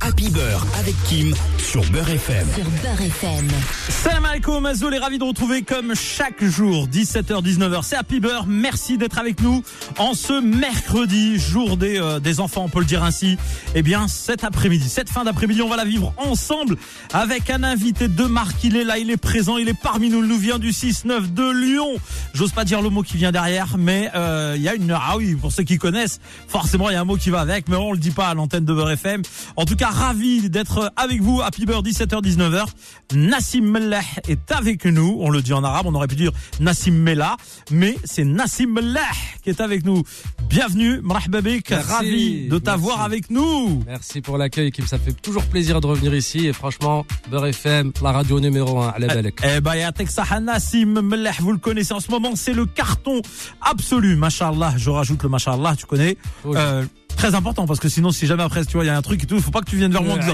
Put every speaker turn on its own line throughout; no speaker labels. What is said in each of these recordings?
Happy Beurre avec Kim sur Beurre FM.
Sur Beurre FM.
Salam alaikum, Azoul est ravi de retrouver comme chaque jour, 17h-19h. C'est Happy Beurre. Merci d'être avec nous en ce mercredi, jour des enfants, on peut le dire ainsi. Eh bien, cet après-midi, cette fin d'après-midi, on va la vivre ensemble avec un invité de marque. Il est là, il est présent, il est parmi nous. Il nous vient du 6-9 de Lyon. J'ose pas dire le mot qui vient derrière, mais il y a une... Ah oui, pour ceux qui connaissent, forcément, il y a un mot qui va avec, mais on le dit pas à l'antenne de Beurre FM. En tout cas, ravi d'être avec vous. Happy Beurre, 17h-19h. Nassim Mellah est avec nous. On le dit en arabe, on aurait pu dire Nassim Mellah, mais c'est Nassim Mellah qui est avec nous. Bienvenue, marhaba bik, ravi de t'avoir avec nous.
Merci pour l'accueil, Kim. Ça fait toujours plaisir de revenir ici. Et franchement, Beurre FM, la radio numéro 1, ala balek.
Eh ben, yatek saha Nassim Mellah, vous le connaissez en ce moment, c'est le carton absolu. Mashallah, je rajoute le mashallah, tu connais. Très important parce que sinon si jamais après tu vois il y a un truc et tout, faut pas que tu viennes vers moi en disant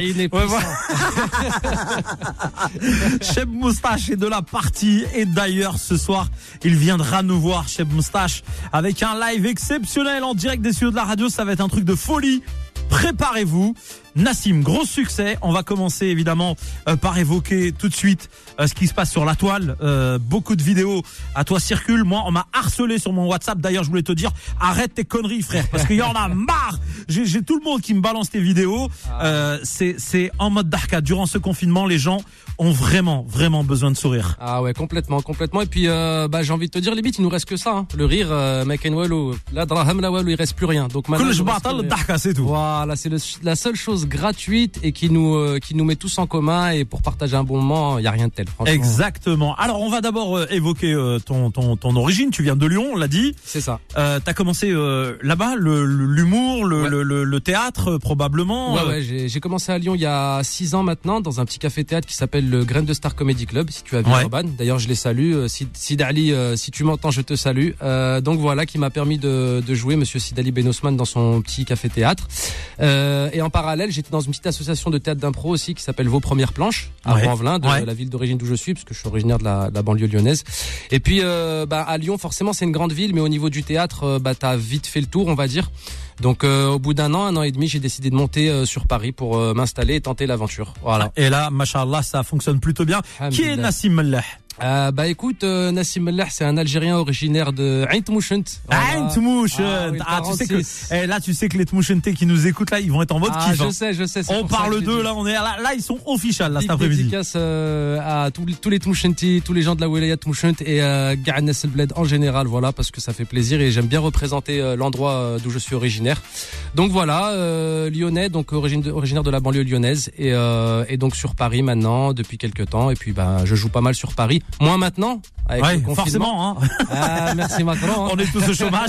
Cheb Moustache est de la partie et d'ailleurs ce soir il viendra nous voir, Cheb Moustache, avec un live exceptionnel en direct des studios de la radio. Ça va être un truc de folie. Préparez-vous. Nassim, gros succès. On va commencer évidemment par évoquer tout de suite ce qui se passe sur la toile. Beaucoup de vidéos à toi circulent. Moi, on m'a harcelé sur mon WhatsApp. D'ailleurs, je voulais te dire, arrête tes conneries, frère, parce qu'il y en a marre. J'ai tout le monde qui me balance tes vidéos. C'est en mode darka. Durant ce confinement, les gens ont vraiment besoin de sourire.
Ah ouais, complètement. Et puis, j'ai envie de te dire, limite, il nous reste que ça. Hein. Le rire, Maken Walou, la draham la Walou, il reste plus rien. Donc maintenant,
le darka, c'est tout.
Voilà, c'est la seule chose gratuite et qui nous met tous en commun, et pour partager un bon moment, il y a rien de tel.
Exactement. Alors on va d'abord évoquer ton origine. Tu viens de Lyon, on l'a dit.
C'est ça.
T'as commencé là-bas l'humour, le théâtre probablement.
Ouais, j'ai commencé à Lyon il y a 6 ans maintenant dans un petit café théâtre qui s'appelle le Grain de Star Comedy Club. Si tu as vu Urban, d'ailleurs je les salue. Sid Ali, si tu m'entends, je te salue. Donc voilà, qui m'a permis de jouer Monsieur Sid Ali Ben Osman dans son petit café théâtre. Et en parallèle, j'étais dans une petite association de théâtre d'impro aussi qui s'appelle Vos Premières Planches à Ranvelin, de la ville d'origine d'où je suis, parce que je suis originaire de la banlieue lyonnaise. Et puis à Lyon, forcément, c'est une grande ville, mais au niveau du théâtre, t'as vite fait le tour, on va dire. Donc au bout d'un an et demi, j'ai décidé de monter sur Paris pour m'installer et tenter l'aventure. Voilà.
Et là, machallah, ça fonctionne plutôt bien. Qui est Nassim Mellah?
Écoute, Nassim Mellah, c'est un Algérien originaire de Ain Tmouchent.
Ain Tmouchent. Tu sais que là, tu sais que les Tmouchentais qui nous écoutent là, ils vont être en mode kiff.
Je sais.
On parle d'eux là, on est là, ils sont official là cet après-midi.
Dédicace à tous les Tmouchentais, tous les gens de la Wilaya Tmouchent et Ga'anes El Bled en général, voilà, parce que ça fait plaisir et j'aime bien représenter l'endroit d'où je suis originaire. Donc voilà, lyonnais, donc originaire de la banlieue lyonnaise et donc sur Paris maintenant depuis quelques temps, et puis je joue pas mal sur Paris. Moins maintenant, avec le confinement.
Forcément, hein.
Merci Macron.
On est tous au chômage.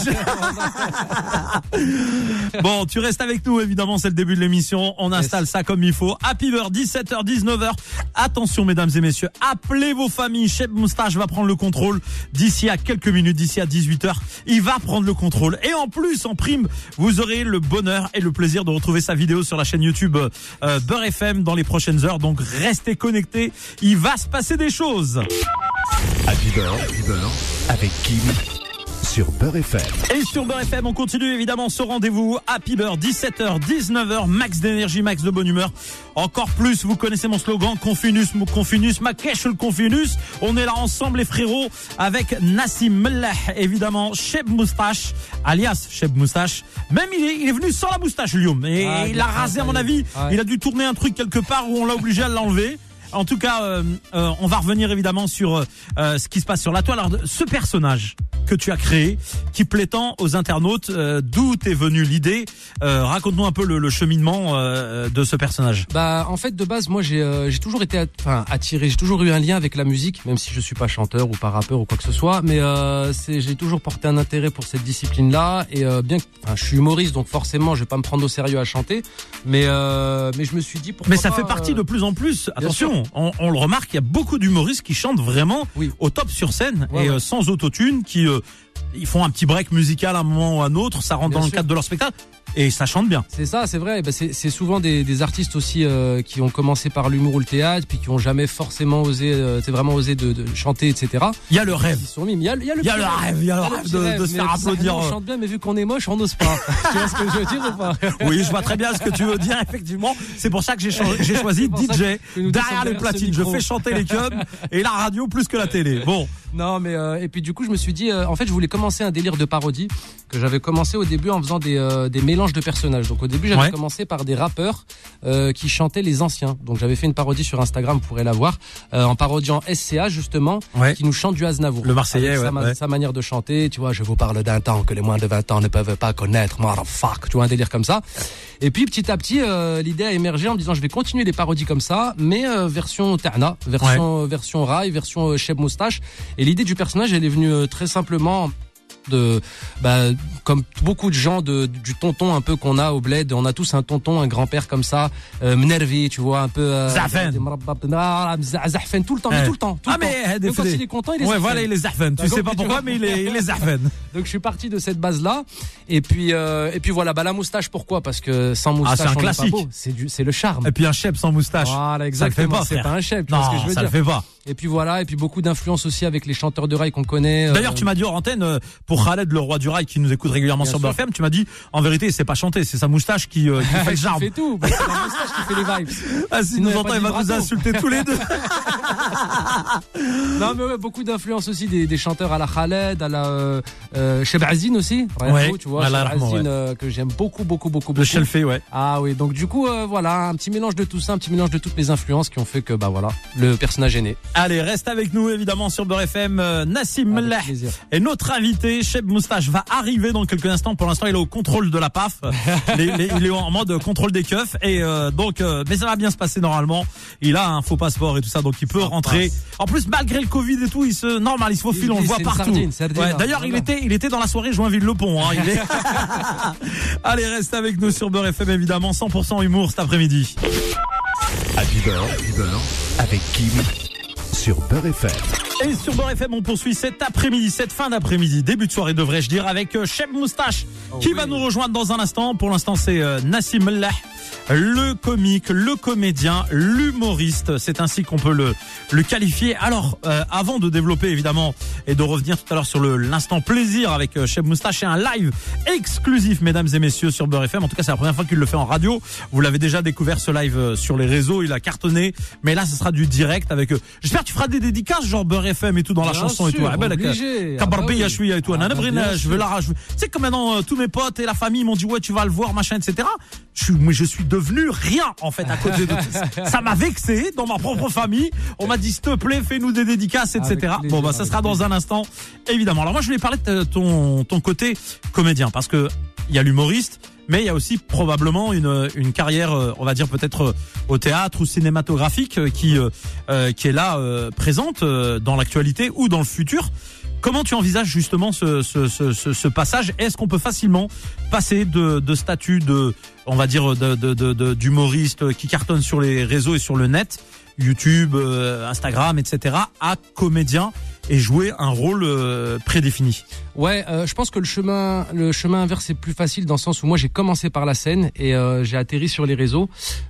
Bon, tu restes avec nous, évidemment, c'est le début de l'émission. On installe ça comme il faut. Happy Beurre, 17h, 19h. Attention, mesdames et messieurs, appelez vos familles. Cheb Moustache va prendre le contrôle d'ici à quelques minutes, d'ici à 18h. Il va prendre le contrôle. Et en plus, en prime, vous aurez le bonheur et le plaisir de retrouver sa vidéo sur la chaîne YouTube Beurre FM dans les prochaines heures. Donc, restez connectés. Il va se passer des choses.
Happy Beurre avec Kim sur Beurre FM.
Et sur Beurre FM, on continue évidemment ce rendez-vous Happy Beurre, 17h, 19h, max d'énergie, max de bonne humeur. Encore plus, vous connaissez mon slogan, Confinus, ma cache le Confinus. On est là ensemble les frérots avec Nassim Mellah, évidemment, Cheb Moustache, alias Cheb Moustache. Même il est venu sans la moustache, Lyon. Et il a rasé à mon avis, il a dû tourner un truc quelque part où on l'a obligé à l'enlever. En tout cas, on va revenir évidemment sur ce qui se passe sur la toile. Alors, ce personnage que tu as créé, qui plaît tant aux internautes, d'où t'es venue l'idée? Raconte-nous un peu le cheminement de ce personnage.
En fait, de base, moi, j'ai toujours été attiré, j'ai toujours eu un lien avec la musique, même si je suis pas chanteur ou pas rappeur ou quoi que ce soit, mais j'ai toujours porté un intérêt pour cette discipline-là. Et bien que je suis humoriste, donc forcément, je vais pas me prendre au sérieux à chanter, mais je me suis dit pourquoi.
Mais ça fait partie de plus en plus. Attention. On le remarque, il y a beaucoup d'humoristes qui chantent vraiment au top sur scène sans autotune, qui ils font un petit break musical à un moment ou à un autre, ça rentre dans le cadre de leur spectacle. et ça chante bien.
C'est ça, c'est vrai. C'est souvent des artistes aussi qui ont commencé par l'humour ou le théâtre, puis qui ont jamais forcément osé, vraiment osé de chanter, etc.
Il y a le rêve.
Ils sont mis. Il y a le
rêve de se faire applaudir.
On chante bien, mais vu qu'on est moche, on n'ose pas. Tu vois ce que je veux dire ou pas?
Oui, je vois très bien ce que tu veux dire. Effectivement, c'est pour ça que j'ai choisi DJ derrière les platines. Je fais chanter les clubs et la radio plus que la télé. Bon.
Non, mais et puis du coup, je me suis dit, en fait, je voulais commencer un délire de parodie que j'avais commencé au début en faisant des mélanges de personnages. Donc au début, j'avais commencé par des rappeurs qui chantaient les anciens. Donc j'avais fait une parodie sur Instagram, vous pourrez la voir, en parodiant SCA justement, qui nous chante du Aznavour.
Le Marseillais,
sa manière de chanter, tu vois, je vous parle d'un temps que les moins de 20 ans ne peuvent pas connaître, motherfuck, tu vois, un délire comme ça. Et puis petit à petit, l'idée a émergé en me disant, je vais continuer des parodies comme ça, mais version Ta'na, version rail, version Cheb Moustache. Et l'idée du personnage, elle est venue très simplement comme beaucoup de gens du tonton un peu qu'on a au bled, on a tous un tonton, un grand-père comme ça, Mnervi, tu vois, un peu
Zahfen
tout le temps, mais tout le temps.
Mais
donc quand il est content, il est
voilà, il est Zahfen. Tu sais pas pourquoi, mais il est Zahfen.
Donc je suis parti de cette base-là, et puis voilà, la moustache, pourquoi? Parce que sans moustache,
c'est un classique.
C'est le charme.
Et puis un cheb sans moustache.
Voilà, exactement. C'est pas un cheb, tu vois ce que je veux dire.
Ça le fait pas.
Et puis voilà, et puis beaucoup d'influence aussi avec les chanteurs de rail qu'on connaît.
D'ailleurs, tu m'as dit hors antenne, pour Khaled, le roi du rail, qui nous écoute régulièrement sur BFM, tu m'as dit, en vérité, c'est pas chanter, c'est sa moustache qui fait le charme.
Il fait tout, c'est la moustache qui fait les vibes.
Si nous entend, il va nous insulter tous les deux.
Non, mais beaucoup d'influence aussi des chanteurs à la Khaled, à la Cheb Azine aussi. Tu vois, Cheb Azine, que j'aime beaucoup.
Le Chelfé,
Ah oui, donc du coup, voilà, un petit mélange de tout ça, un petit mélange de toutes mes influences qui ont fait que, voilà, le personnage est né.
Allez, reste avec nous évidemment sur Beurre FM. Nassim Mellah est notre invité. Cheb Moustache va arriver dans quelques instants. Pour l'instant, il est au contrôle de la PAF. Il est en mode contrôle des keufs et mais ça va bien se passer normalement. Il a un faux passeport et tout ça, donc il peut rentrer. En plus, malgré le Covid et tout, il se faufile, on le voit partout. D'ailleurs, il était dans la soirée Joinville-le-Pont. Allez, reste avec nous sur Beurre FM évidemment. 100% humour cet après-midi.
Happy Beurre avec Kim sur Beurre FM.
Et sur Beurre FM, on poursuit cette fin d'après-midi, début de soirée devrais-je dire, avec Cheb Moustache qui va nous rejoindre dans un instant. Pour l'instant, c'est Nassim Mellah, le comique, le comédien, l'humoriste. C'est ainsi qu'on peut le qualifier. Alors, avant de développer évidemment et de revenir tout à l'heure sur l'instant plaisir avec Cheb Moustache, c'est un live exclusif, mesdames et messieurs, sur Beurre FM. En tout cas, c'est la première fois qu'il le fait en radio. Vous l'avez déjà découvert ce live sur les réseaux. Il a cartonné, mais là, ce sera du direct avec. J'espère que tu feras des dédicaces genre Beurre FM et tout dans la chanson
sûr,
et tout.
Obligé.
Et tout. Je veux la rajouter. Tu sais que maintenant tous mes potes et la famille m'ont dit ouais, tu vas le voir, machin, etc. Je suis devenu rien en fait à côté de tout ça. Ça m'a vexé dans ma propre famille. On m'a dit s'il te plaît, fais-nous des dédicaces, etc. Bon ça sera dans un instant évidemment. Alors moi je voulais parler de ton côté comédien parce que il y a l'humoriste. Mais il y a aussi probablement une carrière, on va dire peut-être au théâtre ou cinématographique qui est là présente dans l'actualité ou dans le futur. Comment tu envisages justement ce passage? Est-ce qu'on peut facilement passer de statut on va dire d'humoriste qui cartonne sur les réseaux et sur le net, YouTube, Instagram, etc., à comédien et jouer un rôle prédéfini?
Ouais, je pense que le chemin inverse est plus facile dans le sens où moi j'ai commencé par la scène et j'ai atterri sur les réseaux.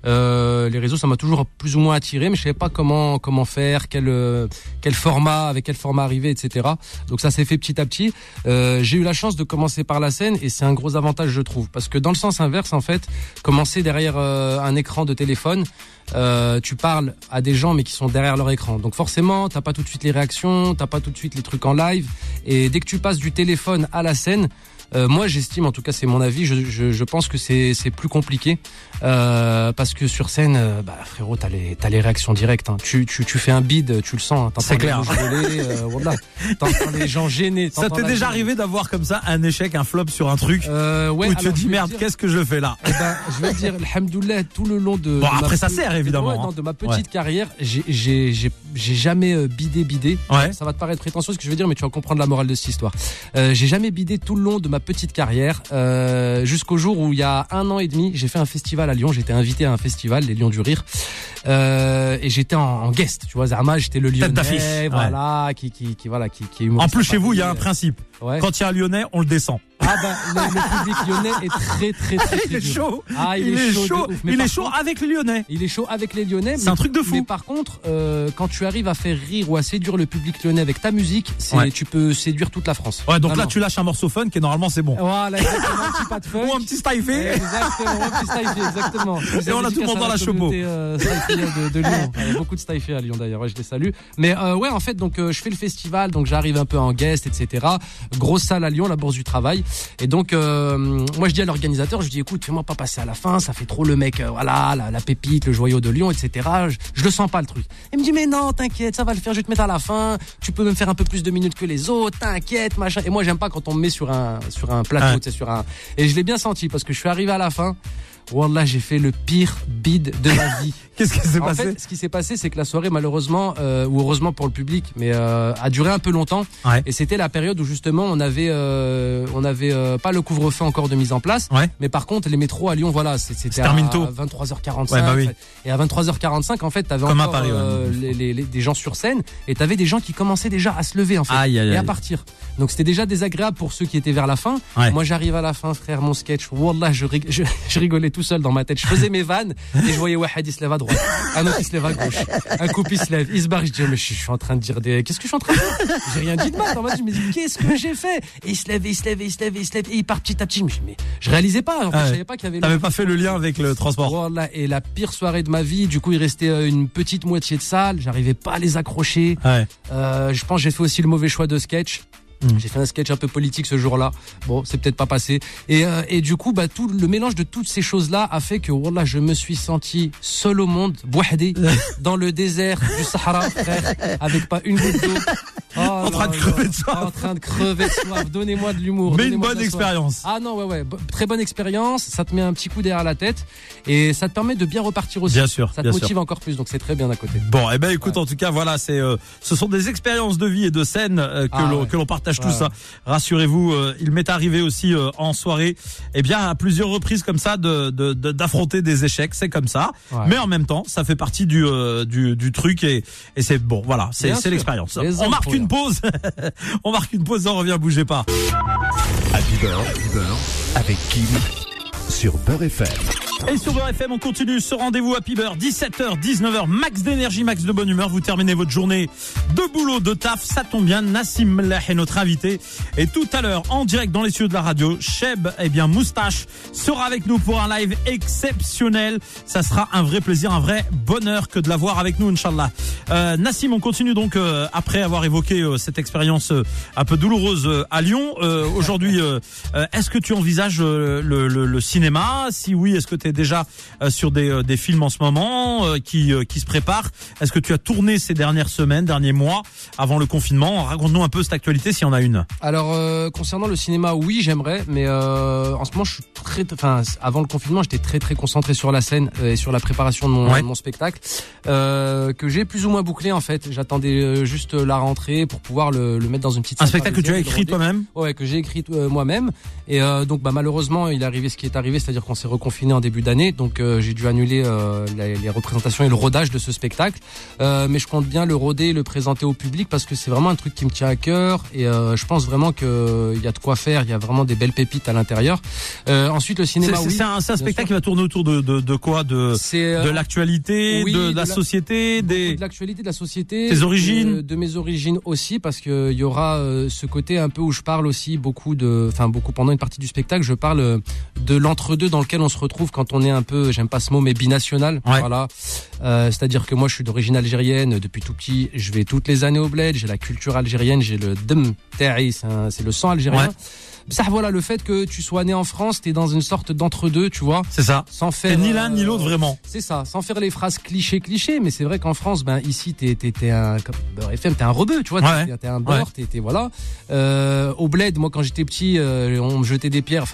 Les réseaux, ça m'a toujours plus ou moins attiré, mais je savais pas comment faire, quel format, avec quel format arriver, etc. Donc ça s'est fait petit à petit. J'ai eu la chance de commencer par la scène et c'est un gros avantage, je trouve, parce que dans le sens inverse, en fait, commencer derrière un écran de téléphone, tu parles à des gens mais qui sont derrière leur écran. Donc forcément, t'as pas tout de suite les réactions, t'as pas tout de suite les trucs en live. Et dès que tu passes du téléphone à la scène, moi j'estime, en tout cas c'est mon avis, je pense que c'est plus compliqué parce que sur scène, frérot, t'as les réactions directes. Hein. Tu fais un bide, tu le sens. Hein.
C'est clair.
Voilà. T'entends les gens gênés.
Ça t'est déjà arrivé d'avoir comme ça un échec, un flop sur un truc où tu te dis merde, qu'est-ce que je fais là?
Je vais dire, alhamdoulilah, tout le long de.
Bon après ça sert évidemment.
De ma petite carrière, j'ai jamais bidé.
Ouais.
Ça va te paraître prétentieux ce que je veux dire, mais tu vas comprendre la morale de cette histoire. J'ai jamais bidé tout le long de ma petite carrière jusqu'au jour où il y a 1 an et demi, j'ai fait un festival à Lyon. J'étais invité à un festival, les Lions du Rire, et j'étais en guest. Tu vois, Zama, j'étais le Lyonnais, voilà, qui est humoriste.
En plus chez vous, il y a un principe.
Ouais.
Quand il y a un Lyonnais, on le descend.
Ah le public lyonnais est très
il est
dur.
chaud.
Ah, il est chaud.
Il est chaud avec les Lyonnais.
Il est chaud avec les Lyonnais.
C'est un truc de fou.
Mais par contre, quand tu arrives à faire rire ou à séduire le public lyonnais avec ta musique, tu peux séduire toute la France.
Ouais, donc
vraiment.
là tu lâches un morceau fun qui normalement c'est bon.
Voilà, exactement, un petit pas de fun.
Ou un petit styfé.
Exactement, un petit styfé, exactement.
Et on a tout le monde dans la chopo.
De Lyon. Il y a beaucoup de styfés à Lyon d'ailleurs, ouais, je les salue. Mais ouais, en fait, donc je fais le festival, donc j'arrive un peu en guest, etc. Grosse salle à Lyon, la Bourse du Travail. Et donc moi je dis à l'organisateur, je dis écoute, fais-moi pas passer à la fin, ça fait trop le mec, voilà, la pépite, le joyau de Lyon, etc. Je le sens pas le truc. Il me dit mais non, t'inquiète, ça va le faire, je vais te mettre à la fin. Tu peux même faire un peu plus de minutes que les autres, t'inquiète, machin. Et moi j'aime pas quand on me met sur un plateau, tu sais, Et je l'ai bien senti parce que je suis arrivé à la fin. Wallah, j'ai fait le pire bid de ma vie.
Qu'est-ce qui s'est passé?
En fait, ce qui s'est passé, c'est que la soirée, malheureusement, ou heureusement pour le public, mais a duré un peu longtemps.
Ouais.
Et c'était la période où justement on avait pas le couvre-feu encore de mise en place.
Ouais.
Mais par contre, les métros à Lyon, voilà, c'était à
termine tôt.
23h45.
Ouais, bah oui.
Et à 23h45, en fait, t'avais
comme
encore
à Paris,
des gens sur scène, et t'avais des gens qui commençaient déjà à se lever, en fait,
aïe.
et à partir. Donc c'était déjà désagréable pour ceux qui étaient vers la fin.
Ouais.
Moi, j'arrive à la fin, frère, mon sketch. Wallah, je rigolais tout seul dans ma tête. Je faisais mes vannes et je voyais Wahed il se lève à droite, un autre il se lève à gauche, un couple il se lève, il se barre. Je dis mais je suis en train de dire qu'est-ce que je suis en train de faire? J'ai rien dit de mal. En fait, je me dis qu'est-ce que j'ai fait? Et il se lève et il part petit à petit. Mais je réalisais pas. En fait, je savais pas qu'il y avait.
T'avais pas fait le lien avec le transport.
Voilà. Et la pire soirée de ma vie. Du coup, il restait une petite moitié de salle. J'arrivais pas à les accrocher.
Ouais.
Je pense que j'ai fait aussi le mauvais choix de sketch. J'ai fait un sketch un peu politique ce jour-là. Bon, c'est peut-être pas passé. Et du coup, tout le mélange de toutes ces choses-là a fait que, wallah, je me suis senti seul au monde, bouhdé, dans le désert du Sahara, frère, avec pas une goutte d'eau. Oh,
en train de crever de soif.
En train de crever de soif. Donnez-moi de l'humour.
Mais une bonne expérience.
Ah non, ouais. Très bonne expérience. Ça te met un petit coup derrière la tête et ça te permet de bien repartir aussi.
Bien sûr.
Ça te motive encore plus. Donc c'est très bien à côté.
Bon, eh ben, écoute, en tout cas, voilà, ce sont des expériences de vie et de scène que l'on partage tout ça. Rassurez-vous, il m'est arrivé aussi en soirée, à plusieurs reprises comme ça, d'affronter des échecs. C'est comme ça. Ouais. Mais en même temps, ça fait partie du truc et c'est bon. Voilà, c'est l'expérience. On marque une pause. On marque une pause. On revient. Bougez pas.
Happy Beurre avec Kim sur Beurre FM.
Et sur Beurre FM, on continue ce rendez-vous Happy Beurre, 17h, 19h, max d'énergie, max de bonne humeur. Vous terminez votre journée de boulot, de taf. Ça tombe bien, Nassim Mleh est notre invité. Et tout à l'heure, en direct dans les studios de la radio, Cheb, Moustache sera avec nous pour un live exceptionnel. Ça sera un vrai plaisir, un vrai bonheur que de l'avoir avec nous, Inch'Allah. Nassim, on continue donc après avoir évoqué cette expérience un peu douloureuse à Lyon. Aujourd'hui, est-ce que tu envisages le cinéma? Si oui, est-ce que tu es déjà sur des films en ce moment qui se préparent? Est-ce que tu as tourné ces dernières semaines, derniers mois, avant le confinement? Raconte-nous un peu cette actualité s'il y en a une.
Alors, concernant le cinéma, oui, j'aimerais, mais en ce moment, je suis avant le confinement, j'étais très très concentré sur la scène et sur la préparation de mon spectacle, que j'ai plus ou moins bouclé en fait. J'attendais juste la rentrée pour pouvoir le mettre dans une petite.
Un spectacle que tu as écrit toi-même?
Ouais, que j'ai écrit moi-même. Et donc, malheureusement, il est arrivé ce qui est arrivé, c'est-à-dire qu'on s'est reconfiné en début d'année, donc j'ai dû annuler les représentations et le rodage de ce spectacle. Mais je compte bien le roder et le présenter au public parce que c'est vraiment un truc qui me tient à cœur et je pense vraiment qu'il y a de quoi faire. Il y a vraiment des belles pépites à l'intérieur. Ensuite, le cinéma,
c'est un spectacle qui va tourner autour de quoi? De l'actualité, de la société, de
l'actualité, de la société,
tes origines,
de mes origines aussi, parce que il y aura ce côté un peu où je parle aussi beaucoup pendant une partie du spectacle, je parle de l'entre-deux dans lequel on se retrouve quand on est un peu, j'aime pas ce mot, mais binational. Ouais. Voilà. C'est-à-dire que moi, je suis d'origine algérienne depuis tout petit. Je vais toutes les années au bled. J'ai la culture algérienne. J'ai le dem ta'i, c'est le sang algérien. Ouais. Ça, voilà, le fait que tu sois né en France, t'es dans une sorte d'entre-deux, tu vois.
C'est ça.
Sans faire.
T'es ni l'un ni l'autre vraiment.
C'est ça. Sans faire les phrases clichés, mais c'est vrai qu'en France, ici, t'es un, comme Beurre FM, t'es un rebeu, tu vois. T'es un beurre, t'es voilà. Au bled, moi, quand j'étais petit, on me jetait des pierres,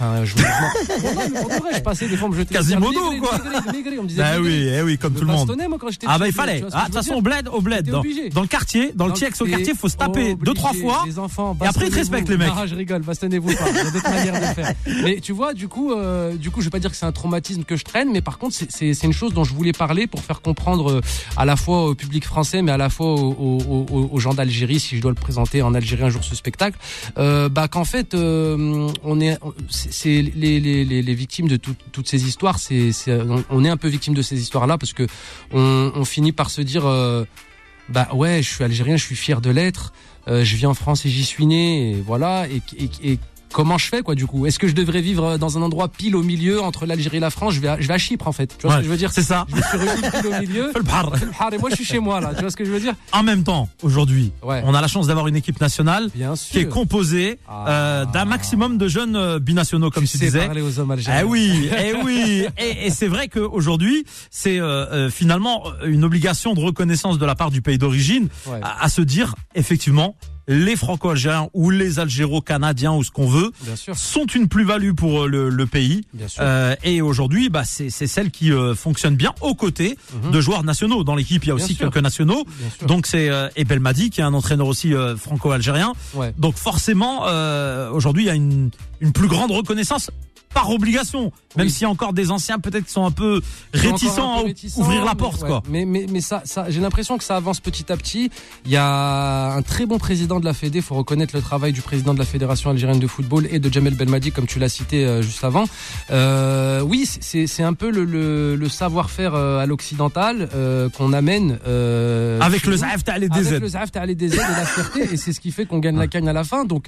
je passais des fois, on me jetait
Quasimodo,
des pierres.
Quasimodo, quoi.
On me disait,
oui, comme tout le monde.
Moi, quand j'étais
il fallait. De toute façon, au bled, dans le quartier, dans le TX au quartier, faut se taper 2-3 fois.
Les enfants,
et après, ils te respectent, les mecs.
Ah, je rigole, bastonnez-vous. pas. Il y a d'autres manières de faire. Mais tu vois, du coup, je vais pas dire que c'est un traumatisme que je traîne, mais par contre, c'est une chose dont je voulais parler pour faire comprendre à la fois au public français, mais à la fois aux gens d'Algérie, si je dois le présenter en Algérie un jour ce spectacle, qu'en fait, c'est les victimes de toutes ces histoires. On est un peu victime de ces histoires-là parce que on finit par se dire, ouais, je suis algérien, je suis fier de l'être. Je vis en France et j'y suis né, et voilà. Et comment je fais, quoi, du coup? Est-ce que je devrais vivre dans un endroit pile au milieu entre l'Algérie et la France? Je vais à Chypre, en fait. Tu vois ce que je veux dire?
C'est ça.
Je vais sur une île pile au milieu. Et moi, je suis chez moi, là. Tu vois ce que je veux dire?
En même temps, aujourd'hui, on a la chance d'avoir une équipe nationale qui est composée d'un maximum de jeunes binationaux, comme tu disais.
Parler aux hommes algériens.
Oui. Et c'est vrai qu'aujourd'hui, c'est finalement une obligation de reconnaissance de la part du pays d'origine à se dire, effectivement, les Franco-Algériens ou les Algéro-Canadiens ou ce qu'on veut sont une plus-value pour le pays. Et aujourd'hui, c'est celle qui fonctionne bien aux côtés de joueurs nationaux. Dans l'équipe, il y a aussi quelques nationaux. Donc c'est Belmadi qui est un entraîneur aussi franco-algérien. Donc forcément, aujourd'hui, il y a une plus grande reconnaissance par obligation, même s'il y a encore des anciens peut-être qui sont un peu réticents à ouvrir la porte, quoi.
Mais ça, j'ai l'impression que ça avance petit à petit. Il y a un très bon président de la Fédé, faut reconnaître le travail du président de la Fédération algérienne de football et de Jamel Belmadi, comme tu l'as cité juste avant. Oui, c'est un peu le savoir-faire à l'occidental qu'on amène
avec le Zaf Ta'al DZ.
Avec le Zaf Ta'al DZ et la fierté, et c'est ce qui fait qu'on gagne la canne à la fin. Donc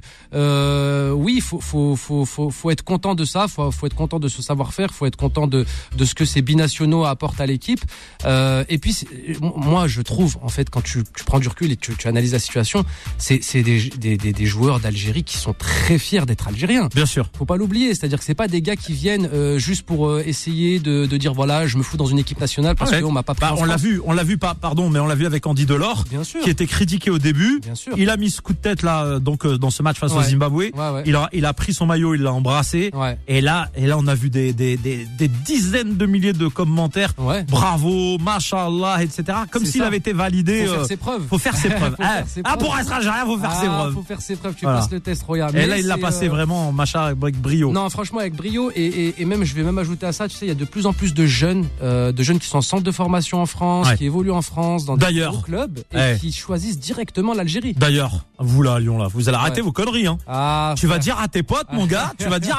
oui, faut être content de ça. Faut être content de ce savoir-faire, faut être content de ce que ces binationaux apportent à l'équipe. Et puis moi je trouve, en fait, quand tu prends du recul et que tu analyses la situation, c'est des joueurs d'Algérie qui sont très fiers d'être algériens.
Bien sûr.
Faut pas l'oublier, c'est-à-dire que c'est pas des gars qui viennent juste pour essayer de dire voilà, je me fous dans une équipe nationale parce qu'on m'a pas pris en France.
On l'a vu mais on l'a vu avec Andy Delors, qui était critiqué au début. Il a mis ce coup de tête là, donc dans ce match face au Zimbabwe. Il a pris son maillot, il l'a embrassé. Et là, on a vu des dizaines de milliers de commentaires. Bravo, machallah, etc. Comme s'il avait été validé.
Faut faire ses preuves.
Faut faire ses preuves. Pour être algérien, faut faire ses preuves.
Faut faire ses preuves. Tu passes le test, regarde.
Et là, il l'a passé vraiment, avec brio.
Non, franchement, avec brio. Et même, je vais même ajouter à ça, tu sais, il y a de plus en plus de jeunes qui sont en centre de formation en France, qui évoluent en France, dans des gros clubs, et qui choisissent directement l'Algérie.
D'ailleurs, vous là, à Lyon, là, vous allez arrêter vos conneries, hein. Tu vas dire à tes potes, mon gars,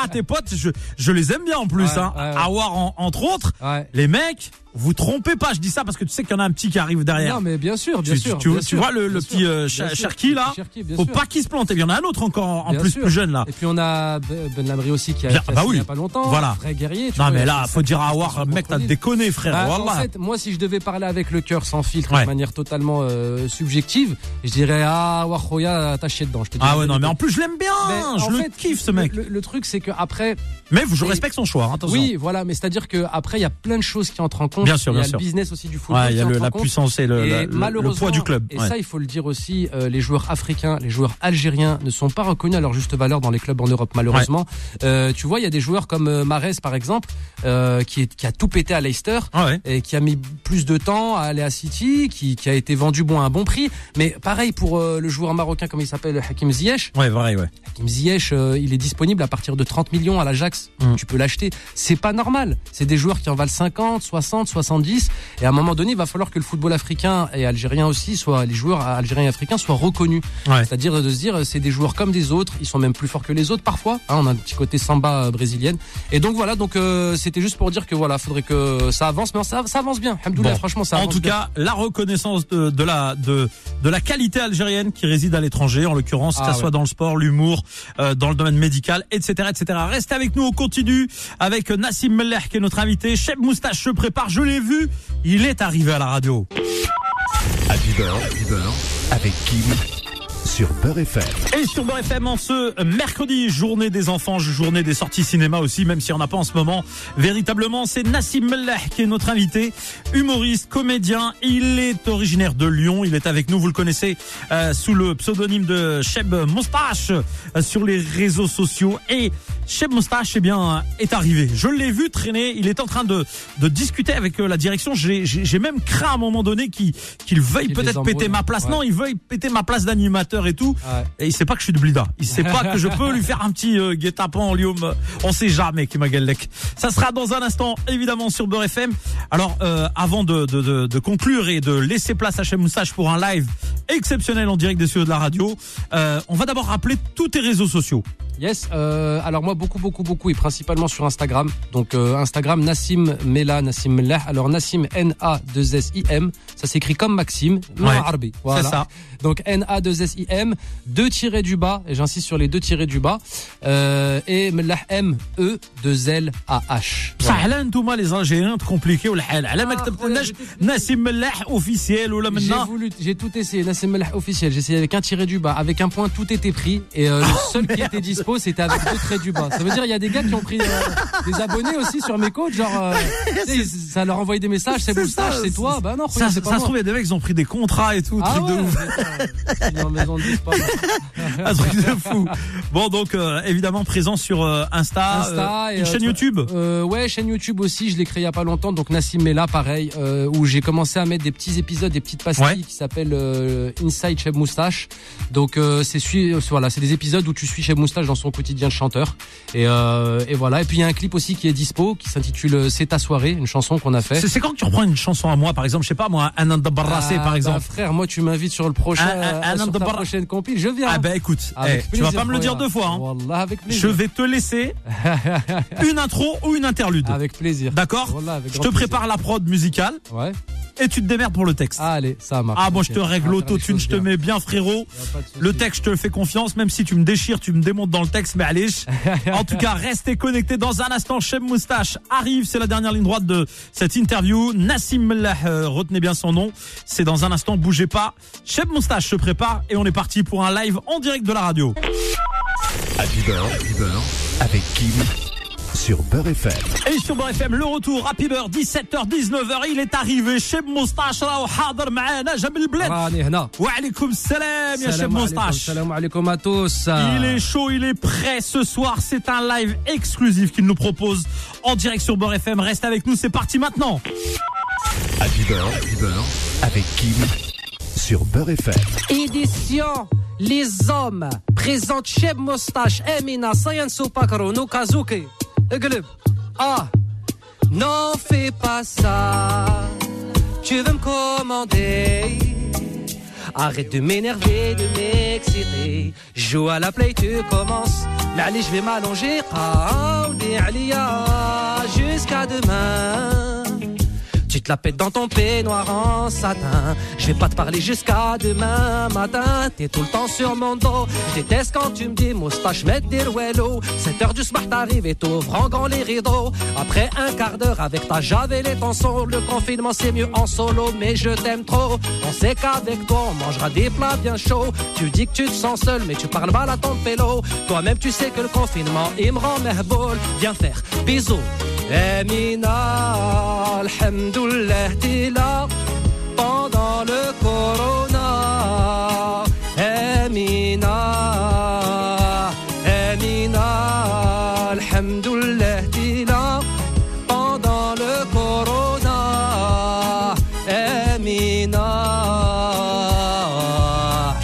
je les aime bien en plus, Awar entre autres, les mecs, vous trompez pas, je dis ça parce que tu sais qu'il y en a un petit qui arrive derrière.
Non mais bien sûr.
Tu vois le petit Cherki là, faut pas qu'il se plante. Et il y en a un autre encore en plus jeune là.
Et puis on a Ben Lamri aussi qui a il y a pas longtemps.
Voilà.
Vrai guerrier.
Non mais là, faut dire à Awar, mec, t'as déconné, frère.
En fait, moi si je devais parler avec le cœur sans filtre, de manière totalement subjective, je dirais Awar Khoya, t'as chié dedans.
Non mais en plus je l'aime bien, je le kiffe ce mec.
Le truc c'est que après.
Mais je respecte son choix, attention.
Oui, voilà, mais c'est-à-dire que après il y a plein de choses qui entrent en compte.
Bien sûr.
Il y a le business aussi du football.
Il y a la puissance et le poids du club.
Et ça, il faut le dire aussi, les joueurs africains, les joueurs algériens ne sont pas reconnus à leur juste valeur dans les clubs en Europe, malheureusement. Tu vois, il y a des joueurs comme Mahrez, par exemple, qui a tout pété à Leicester, et qui a mis plus de temps à aller à City, qui a été vendu à un bon prix. Mais pareil pour le joueur marocain, comme il s'appelle, Hakim Ziyech. Hakim Ziyech, il est disponible à partir de 30 millions à l'Ajax. Tu peux l'acheter. C'est pas normal. C'est des joueurs qui en valent 50, 60, 70. Et à un moment donné, il va falloir que le football africain et algérien aussi, les joueurs algériens et africains soient reconnus. C'est-à-dire de se dire, c'est des joueurs comme des autres. Ils sont même plus forts que les autres parfois. On a un petit côté samba brésilienne. Et donc voilà. Donc c'était juste pour dire que voilà, faudrait que ça avance, mais ça avance bien. Alhamdoulilah, franchement, ça avance.
En tout cas, la reconnaissance de la qualité algérienne qui réside à l'étranger, en l'occurrence, que ça soit dans le sport, l'humour, dans le domaine médical, etc., etc. Restez avec nous, on continue avec Nassim Melleh qui est notre invité. Cheb Moustache se prépare, je l'ai vu, il est arrivé à la radio.
Happy Beurre avec Kim sur Beurre FM.
Et sur Beurre FM en ce mercredi, journée des enfants, journée des sorties cinéma aussi, même si on n'a pas en ce moment véritablement. C'est Nassim Melleh qui est notre invité, humoriste, comédien. Il est originaire de Lyon. Il est avec nous, vous le connaissez, sous le pseudonyme de Cheb Moustache sur les réseaux sociaux. Et Cheb Moustache, est arrivé. Je l'ai vu traîner. Il est en train de discuter avec la direction. J'ai même craint à un moment donné qu'il veuille peut-être péter ma place. Non, il veuille péter ma place d'animateur. capteurs et tout. Ouais. Et il sait pas que je suis de Blida. Il sait pas que je peux lui faire un petit guet-apens en lium. On sait jamais qui m'a galec. Ça sera dans un instant, évidemment, sur Beurre FM. Alors, avant de conclure et de laisser place à Cheb Moustache pour un live exceptionnel en direct des studios de la radio, on va d'abord rappeler tous tes réseaux sociaux.
Yes, alors moi beaucoup et principalement sur Instagram. Donc Instagram Nassim Mellah, Nassim Mellah. Alors Nassim N-A-2-S-I-M, ça s'écrit comme Maxime, non arabe. Voilà.
C'est ça.
Donc N-A-2-S-I-M, 2 tirés du bas, et j'insiste sur les 2 tirés du bas. Et Mellah M-E-2-L-A-H.
صح لا انتوما لي زالجيريان تكومبليكيو الحال على ما كتبتلناش ناسم ملاح اوفيسيال ولا منا.
J'ai tout essayé, Nassim Mellah officiel. J'ai essayé avec un tiré du bas, avec un point, tout était pris. Et le seul qui était dispo, c'était avec 2 traits du bas. Ça veut dire il y a des gars qui ont pris des abonnés aussi sur mes codes, genre ça leur envoyait des messages, c'est Moustache, c'est toi. Bah non,
ça se trouve il y a des mecs qui ont pris des contrats et tout, truc de ouf. Un truc de fou. Bon donc évidemment présent sur Insta et une chaîne YouTube.
Ouais, chaîne YouTube aussi, je l'ai créé il y a pas longtemps, donc Nassim Mellah pareil, où j'ai commencé à mettre des petits épisodes, des petites pastilles qui s'appellent Inside Cheb Moustache. Donc c'est des épisodes où tu suis Cheb Moustache dans son quotidien de chanteur. Et voilà, et puis il y a un clip aussi qui est dispo qui s'intitule C'est ta soirée, une chanson qu'on a fait.
C'est quand que tu reprends une chanson à moi par exemple, je sais pas moi, un Barrassé par exemple.
Frère, moi tu m'invites sur le prochain sur ta prochaine compile, je viens.
Ah bah écoute, tu vas pas me le dire 2 fois hein.
Wallah, avec plaisir.
Je vais te laisser une intro ou une interlude.
Avec plaisir.
D'accord.
Wallah,
je te prépare la prod musicale.
Ouais.
Et tu te démerdes pour le texte.
Allez, ça marche.
Ah bon, je te règle l'autotune, je te mets bien frérot. Le texte, je te le fais confiance, même si tu me déchires, tu me démontes dans le texte, mais allez. En tout cas, restez connectés. Dans un instant, Cheb Moustache arrive, c'est la dernière ligne droite de cette interview. Nassim Mellah, retenez bien son nom. C'est dans un instant, bougez pas. Cheb Moustache se prépare et on est parti pour un live en direct de la radio.
Happy Beurre avec Kim sur Beurre FM.
Et sur Beurre FM, le retour Happy Beurre, 17h, 19h, il est arrivé. Cheb Moustache راهو حاضر معانا جنب البلاد.
راني هنا.
وعليكم السلام يا Cheb Moustache.
Salam alaikum à tous.
Il est chaud, il est prêt ce soir. C'est un live exclusif qu'il nous propose en direct sur Beurre FM. Reste avec nous, c'est parti maintenant.
Happy Beurre avec Kim sur Beurre FM.
Édition Les Hommes présente Cheb Moustache, Emina, Sayan Soupakaro, Nukazuki. Glub. Ah, non, fais pas ça. Tu veux me commander. Arrête de m'énerver, de m'exciter. Joue à la play, tu commences. Là, allez, je vais m'allonger. Jusqu'à demain. Tu te la pètes dans ton peignoir en satin. Je vais pas te parler jusqu'à demain matin. T'es tout le temps sur mon dos. Je déteste quand tu me dis Moustache, mets des rouellos. 7h du soir t'arrives et t'ouvres en grand les rideaux. Après un quart d'heure avec ta javel et ton son. Le confinement c'est mieux en solo, mais je t'aime trop. On sait qu'avec toi on mangera des plats bien chauds. Tu dis que tu te sens seul mais tu parles mal à ton pélo. Toi-même tu sais que le confinement il me rend mehboul. Viens faire bisous Amina, alhamdoulilah, t'es là pendant le corona. Amina, Amina, alhamdoulilah, t'es là pendant le corona. Amina,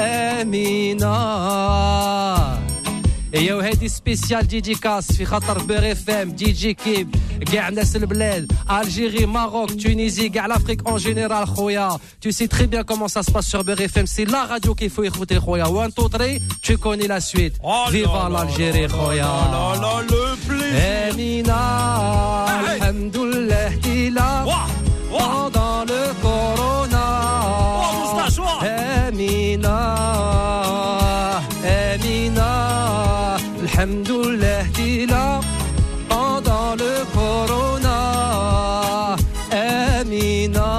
Amina. Et هذه سبيسيال ديديكاس في خاطر بير اف ام دي جي كيب كاع ناس البلاد الجيري ماروك تونيزي كاع l'Afrique en général خويا. Tu sais très bien comment ça se passe sur Beurre FM, c'est la radio qu'il faut écouter خويا. 1 2 3 tu connais la suite. Viva l'Algérie خويا.
Le plaisir.
Amina, alhamdoulilah, t'es là pendant le corona. Amina, Amina, alhamdoulilah, t'es là pendant le corona. Amina.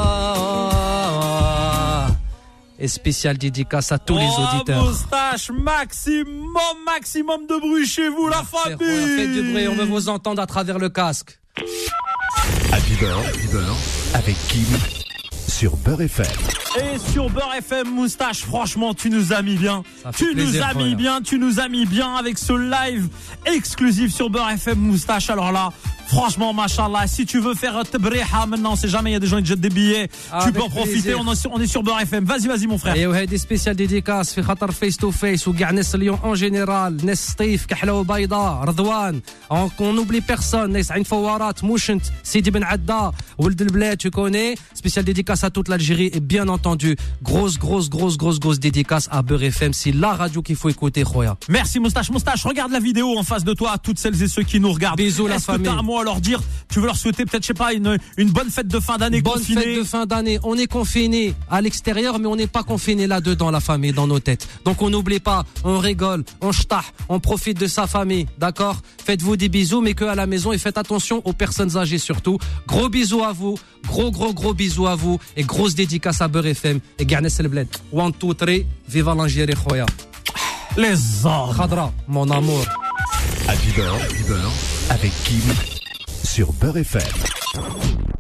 Et spécial dédicace à tous les auditeurs.
Moustache, maximum de bruit chez vous, la famille.
Faites du bruit, on veut vous entendre à travers le casque.
Happy Beurre avec Kim sur Beurre FM.
Et sur Beurre FM, Moustache, franchement, tu nous as mis bien. Tu nous as mis bien avec ce live exclusif sur Beurre FM, Moustache. Alors là, Franchement, machallah, si tu veux faire tabriha maintenant, c'est jamais, il y a des gens qui te jettent des billets, tu peux en profiter, on est sur Beurre FM. Vas-y mon frère.
Et ouais, des spéciales dédicaces في خاطر face to face وكاع ناس اليوم en général ناس سطيف كحله وبيضاء رضوان on n'oublie personne ناس عين فوارات موشنت سيدي بن عدا ولد البلاد tu connais spécial dédicace à toute l'Algérie et bien entendu grosse dédicace à Beurre FM, c'est la radio qu'il faut écouter khoya.
Merci Moustache, regarde la vidéo en face de toi à toutes celles et ceux qui nous regardent.
Bisous la famille.
Est-ce que t'as un mot à leur dire? Tu veux leur souhaiter peut-être, je sais pas, une bonne fête de fin d'année confinée?
Bonne fête de fin d'année. On est confiné à l'extérieur, mais on n'est pas confiné là-dedans, la famille, dans nos têtes. Donc on n'oublie pas, on rigole, on chtah, on profite de sa famille, d'accord? Faites-vous des bisous, mais que à la maison, et faites attention aux personnes âgées surtout. Gros bisous à vous, gros bisous à vous, et grosse dédicace à Beurre FM. Et Garnes El Bled. 1, 2, 3, viva l'Algérie, khoya.
Les hommes.
Khadra, mon amour.
Happy Beurre avec Kim sur Beurre FM.